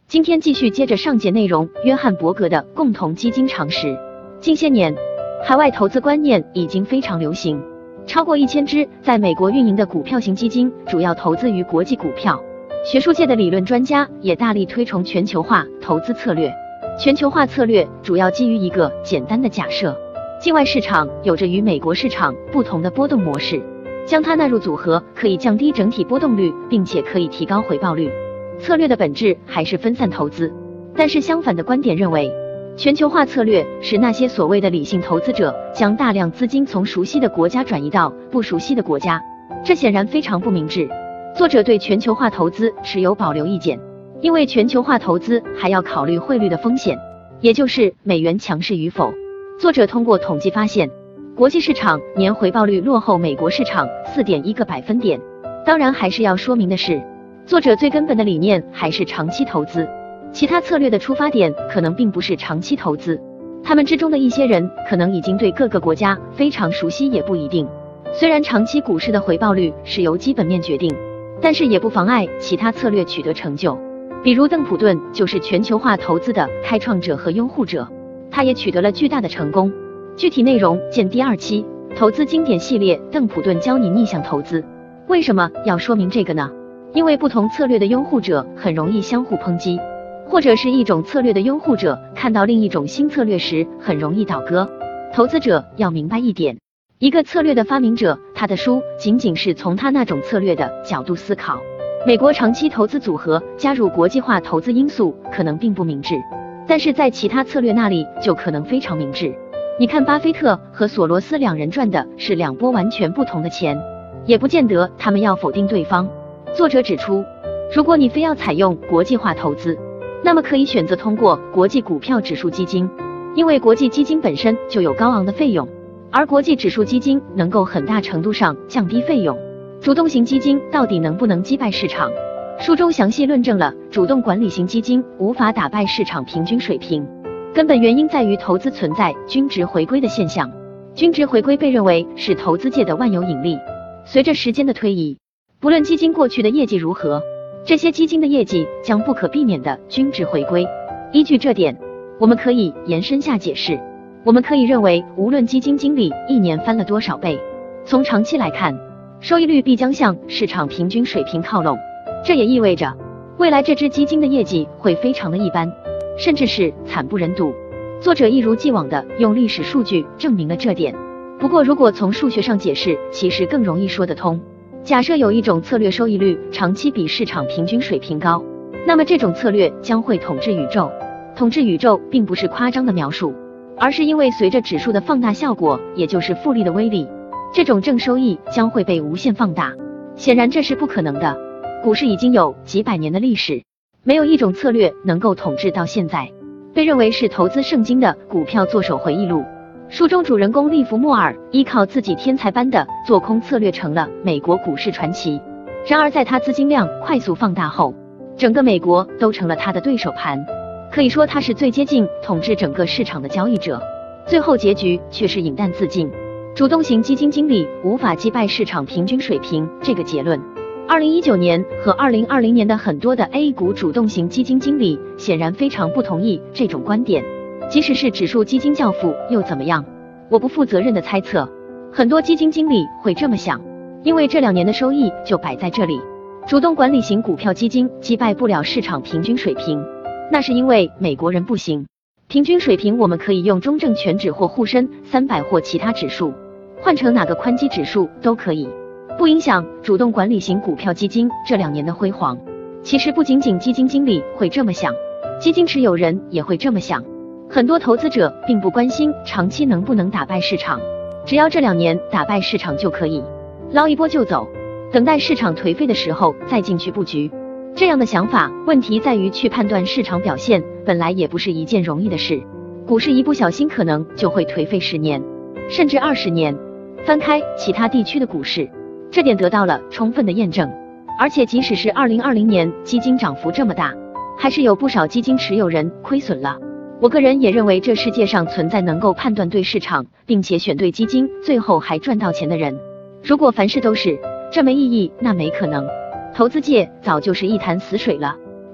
今天继续接着上节内容，约翰伯格的共同基金常识。近些年，海外投资观念已经非常流行，超过1000只在美国运营的股票型基金主要投资于国际股票。学术界的理论专家也大力推崇全球化投资策略。全球化策略主要基于一个简单的假设：境外市场有着与美国市场不同的波动模式，将它纳入组合可以降低整体波动率，并且可以提高回报率。策略的本质还是分散投资，但是相反的观点认为，全球化策略是那些所谓的理性投资者将大量资金从熟悉的国家转移到不熟悉的国家，这显然非常不明智。作者对全球化投资持有保留意见，因为全球化投资还要考虑汇率的风险，也就是美元强势与否。作者通过统计发现，国际市场年回报率落后美国市场 4.1个百分点。当然还是要说明的是，作者最根本的理念还是长期投资，其他策略的出发点可能并不是长期投资。他们之中的一些人可能已经对各个国家非常熟悉也不一定。虽然长期股市的回报率是由基本面决定，但是也不妨碍其他策略取得成就。比如邓普顿就是全球化投资的开创者和拥护者，他也取得了巨大的成功。具体内容见第2期投资经典系列，邓普顿教你逆向投资。为什么要说明这个呢？因为不同策略的拥护者很容易相互抨击，或者是一种策略的拥护者看到另一种新策略时很容易倒戈。投资者要明白一点，一个策略的发明者，他的书仅仅是从他那种策略的角度思考。美国长期投资组合加入国际化投资因素可能并不明智，但是在其他策略那里就可能非常明智。你看巴菲特和索罗斯两人赚的是2波完全不同的钱，也不见得他们要否定对方。作者指出，如果你非要采用国际化投资，那么可以选择通过国际股票指数基金，因为国际基金本身就有高昂的费用，而国际指数基金能够很大程度上降低费用。主动型基金到底能不能击败市场？书中详细论证了主动管理型基金无法打败市场平均水平，根本原因在于投资存在均值回归的现象。均值回归被认为是投资界的万有引力。随着时间的推移，不论基金过去的业绩如何，这些基金的业绩将不可避免的均值回归。依据这点，我们可以延伸下解释。我们可以认为，无论基金经理一年翻了多少倍，从长期来看，收益率必将向市场平均水平靠拢。这也意味着，未来这支基金的业绩会非常的一般，甚至是惨不忍睹。作者一如既往的用历史数据证明了这点。不过如果从数学上解释，其实更容易说得通。假设有一种策略收益率长期比市场平均水平高，那么这种策略将会统治宇宙。统治宇宙并不是夸张的描述，而是因为随着指数的放大效果，也就是复利的威力，这种正收益将会被无限放大。显然这是不可能的。股市已经有几百年的历史，没有一种策略能够统治到现在。被认为是投资圣经的股票作手回忆录，书中主人公利弗莫尔依靠自己天才般的做空策略成了美国股市传奇。然而在他资金量快速放大后，整个美国都成了他的对手盘，可以说他是最接近统治整个市场的交易者。最后结局却是饮弹自尽。主动型基金经理无法击败市场平均水平这个结论，2019年和2020年的很多的 A 股主动型基金经理显然非常不同意这种观点。即使是指数基金教父又怎么样？我不负责任的猜测，很多基金经理会这么想，因为这2年的收益就摆在这里。主动管理型股票基金击败不了市场平均水平，那是因为美国人不行。平均水平我们可以用中证全指或沪深300或其他指数，换成哪个宽基指数都可以，不影响主动管理型股票基金这2年的辉煌。其实不仅仅基金经理会这么想，基金持有人也会这么想。很多投资者并不关心长期能不能打败市场，只要这2年打败市场就可以，捞一波就走，等待市场颓废的时候再进去布局。这样的想法，问题在于去判断市场表现本来也不是一件容易的事。股市一不小心可能就会颓废10年，甚至20年。翻开其他地区的股市，这点得到了充分的验证。而且即使是2020年基金涨幅这么大，还是有不少基金持有人亏损了。我个人也认为这世界上存在能够判断对市场，并且选对基金，最后还赚到钱的人。如果凡事都是这没意义，那没可能。投资界早就是一潭死水了。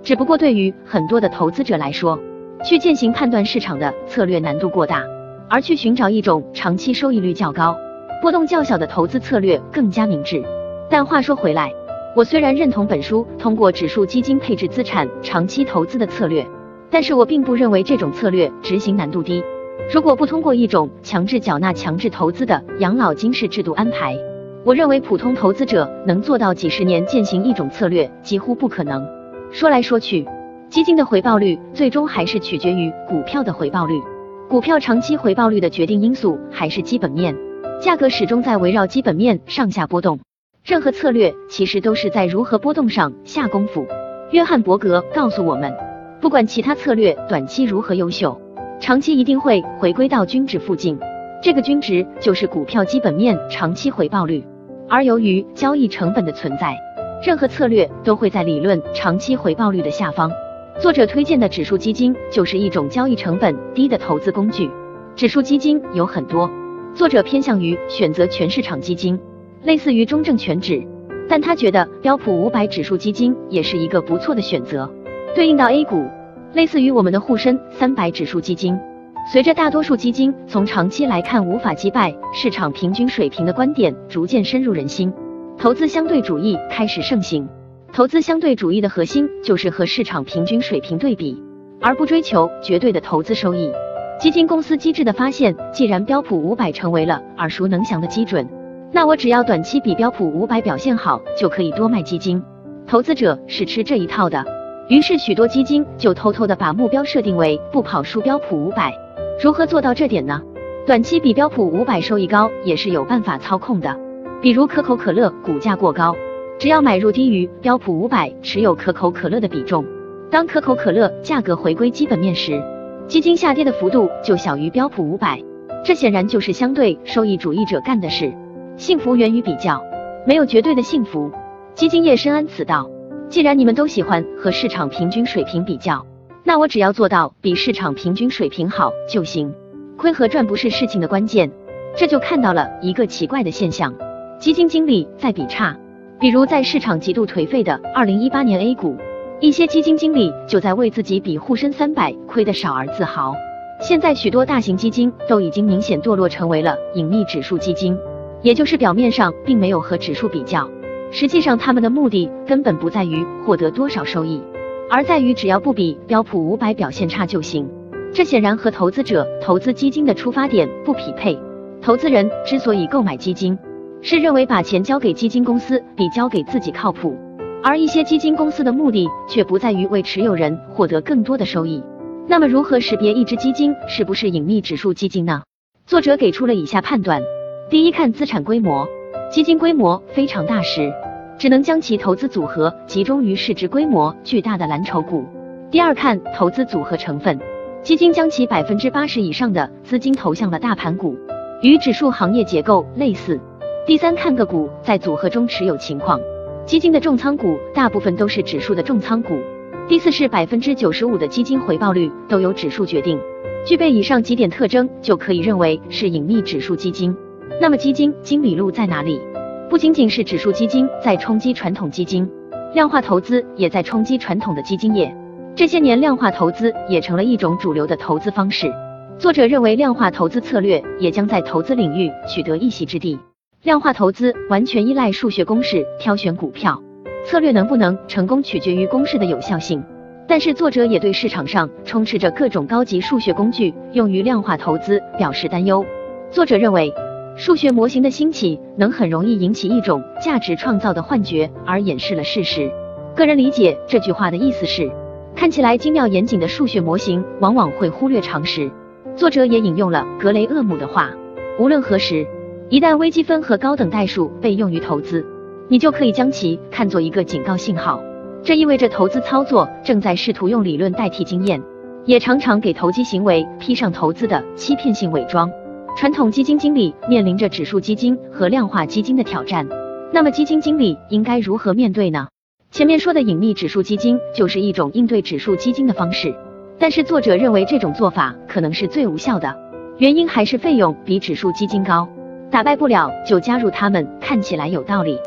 只不过对于很多的投资者来说，去践行判断市场的策略难度过大，而去寻找一种长期收益率较高、波动较小的投资策略更加明智。但话说回来，我虽然认同本书通过指数基金配置资产长期投资的策略，但是我并不认为这种策略执行难度低。如果不通过一种强制缴纳、强制投资的养老金式制度安排，我认为普通投资者能做到几十年践行一种策略几乎不可能。说来说去，基金的回报率最终还是取决于股票的回报率。股票长期回报率的决定因素还是基本面，价格始终在围绕基本面上下波动。任何策略其实都是在如何波动上下功夫。约翰伯格告诉我们，不管其他策略短期如何优秀，长期一定会回归到均值附近，这个均值就是股票基本面长期回报率。而由于交易成本的存在，任何策略都会在理论长期回报率的下方。作者推荐的指数基金就是一种交易成本低的投资工具。指数基金有很多，作者偏向于选择全市场基金，类似于中证全指，但他觉得标普500指数基金也是一个不错的选择。对应到 A 股，类似于我们的沪深300指数基金。随着大多数基金从长期来看无法击败市场平均水平的观点逐渐深入人心，投资相对主义开始盛行。投资相对主义的核心就是和市场平均水平对比，而不追求绝对的投资收益。基金公司机智地发现，既然标普500成为了耳熟能详的基准，那我只要短期比标普500表现好，就可以多卖基金。投资者是吃这一套的，于是许多基金就偷偷地把目标设定为不跑输标普500。如何做到这点呢？短期比标普500收益高也是有办法操控的。比如可口可乐股价过高，只要买入低于标普500持有可口可乐的比重，当可口可乐价格回归基本面时，基金下跌的幅度就小于标普500。这显然就是相对收益主义者干的事。幸福源于比较，没有绝对的幸福。基金业深谙此道。既然你们都喜欢和市场平均水平比较，那我只要做到比市场平均水平好就行。亏和赚不是事情的关键。这就看到了一个奇怪的现象，基金经理在比差。比如在市场极度颓废的2018年 A 股，一些基金经理就在为自己比沪深300亏得少而自豪。现在许多大型基金都已经明显堕落成为了隐秘指数基金，也就是表面上并没有和指数比较，实际上他们的目的根本不在于获得多少收益，而在于只要不比标普500表现差就行。这显然和投资者投资基金的出发点不匹配。投资人之所以购买基金，是认为把钱交给基金公司比交给自己靠谱，而一些基金公司的目的却不在于为持有人获得更多的收益。那么如何识别一只基金是不是隐秘指数基金呢？作者给出了以下判断。第一，看资产规模，基金规模非常大时，只能将其投资组合集中于市值规模巨大的蓝筹股。第二，看投资组合成分，基金将其80%以上的资金投向了大盘股，与指数行业结构类似。第三，看个股在组合中持有情况，基金的重仓股大部分都是指数的重仓股。第四是95%的基金回报率都由指数决定，具备以上几点特征就可以认为是隐秘指数基金。那么基金经理路在哪里？不仅仅是指数基金在冲击传统基金，量化投资也在冲击传统的基金业。这些年量化投资也成了一种主流的投资方式。作者认为量化投资策略也将在投资领域取得一席之地。量化投资完全依赖数学公式挑选股票，策略能不能成功取决于公式的有效性。但是作者也对市场上充斥着各种高级数学工具用于量化投资表示担忧。作者认为，数学模型的兴起能很容易引起一种价值创造的幻觉，而掩饰了事实。个人理解这句话的意思是，看起来精妙严谨的数学模型往往会忽略常识。作者也引用了格雷厄姆的话，无论何时，一旦微积分和高等代数被用于投资，你就可以将其看作一个警告信号。这意味着投资操作正在试图用理论代替经验，也常常给投机行为披上投资的欺骗性伪装。传统基金经理面临着指数基金和量化基金的挑战，那么基金经理应该如何面对呢？前面说的隐秘指数基金就是一种应对指数基金的方式，但是作者认为这种做法可能是最无效的，原因还是费用比指数基金高。打败不了就加入他们看起来有道理，但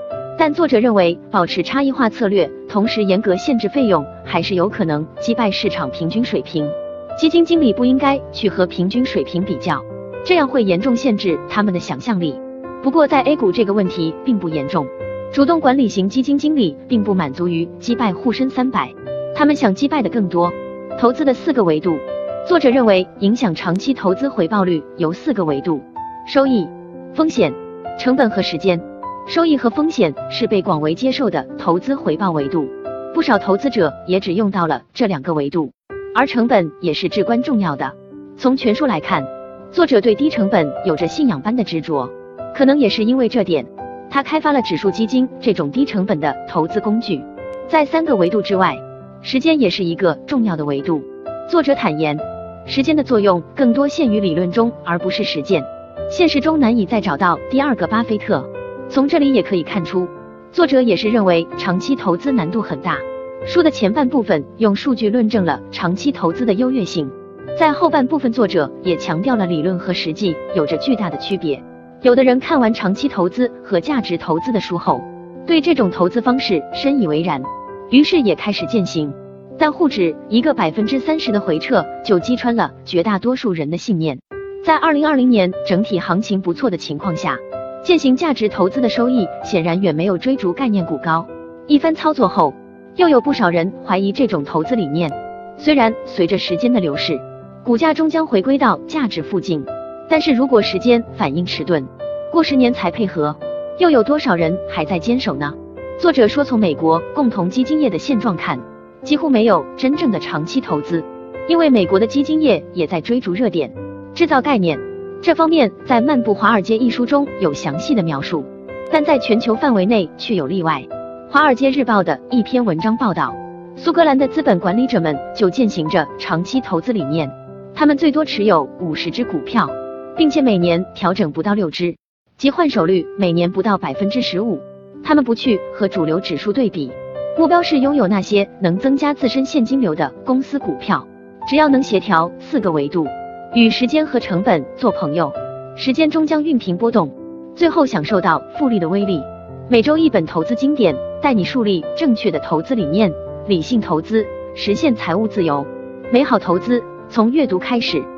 但作者认为，保持差异化策略，同时严格限制费用，还是有可能击败市场平均水平。基金经理不应该去和平均水平比较，这样会严重限制他们的想象力。不过在 A 股这个问题并不严重，主动管理型基金经理并不满足于击败沪深300，他们想击败的更多。投资的4个维度，作者认为影响长期投资回报率由4个维度：收益、风险、成本和时间。收益和风险是被广为接受的投资回报维度，不少投资者也只用到了这2个维度，而成本也是至关重要的。从全书来看，作者对低成本有着信仰般的执着，可能也是因为这点，他开发了指数基金这种低成本的投资工具。在3个维度之外，时间也是一个重要的维度。作者坦言，时间的作用更多限于理论中，而不是实践，现实中难以再找到第2个巴菲特。从这里也可以看出，作者也是认为长期投资难度很大。书的前半部分用数据论证了长期投资的优越性，在后半部分作者也强调了理论和实际有着巨大的区别。有的人看完长期投资和价值投资的书后，对这种投资方式深以为然，于是也开始践行。但沪指一个30%的回撤就击穿了绝大多数人的信念。在2020年整体行情不错的情况下，践行价值投资的收益显然远没有追逐概念股高。一番操作后，又有不少人怀疑这种投资理念。虽然随着时间的流逝，股价终将回归到价值附近，但是如果时间反应迟钝，过10年才配合，又有多少人还在坚守呢？作者说，从美国共同基金业的现状看，几乎没有真正的长期投资，因为美国的基金业也在追逐热点、制造概念。这方面在《漫步华尔街》一书中有详细的描述，但在全球范围内却有例外。华尔街日报的一篇文章报道，苏格兰的资本管理者们就践行着长期投资理念，他们最多持有50只股票，并且每年调整不到6只，即换手率每年不到15%。他们不去和主流指数对比，目标是拥有那些能增加自身现金流的公司股票。只要能协调4个维度，与时间和成本做朋友，时间终将熨平波动，最后享受到复利的威力。每周一本投资经典，带你树立正确的投资理念，理性投资，实现财务自由。美好投资从阅读开始。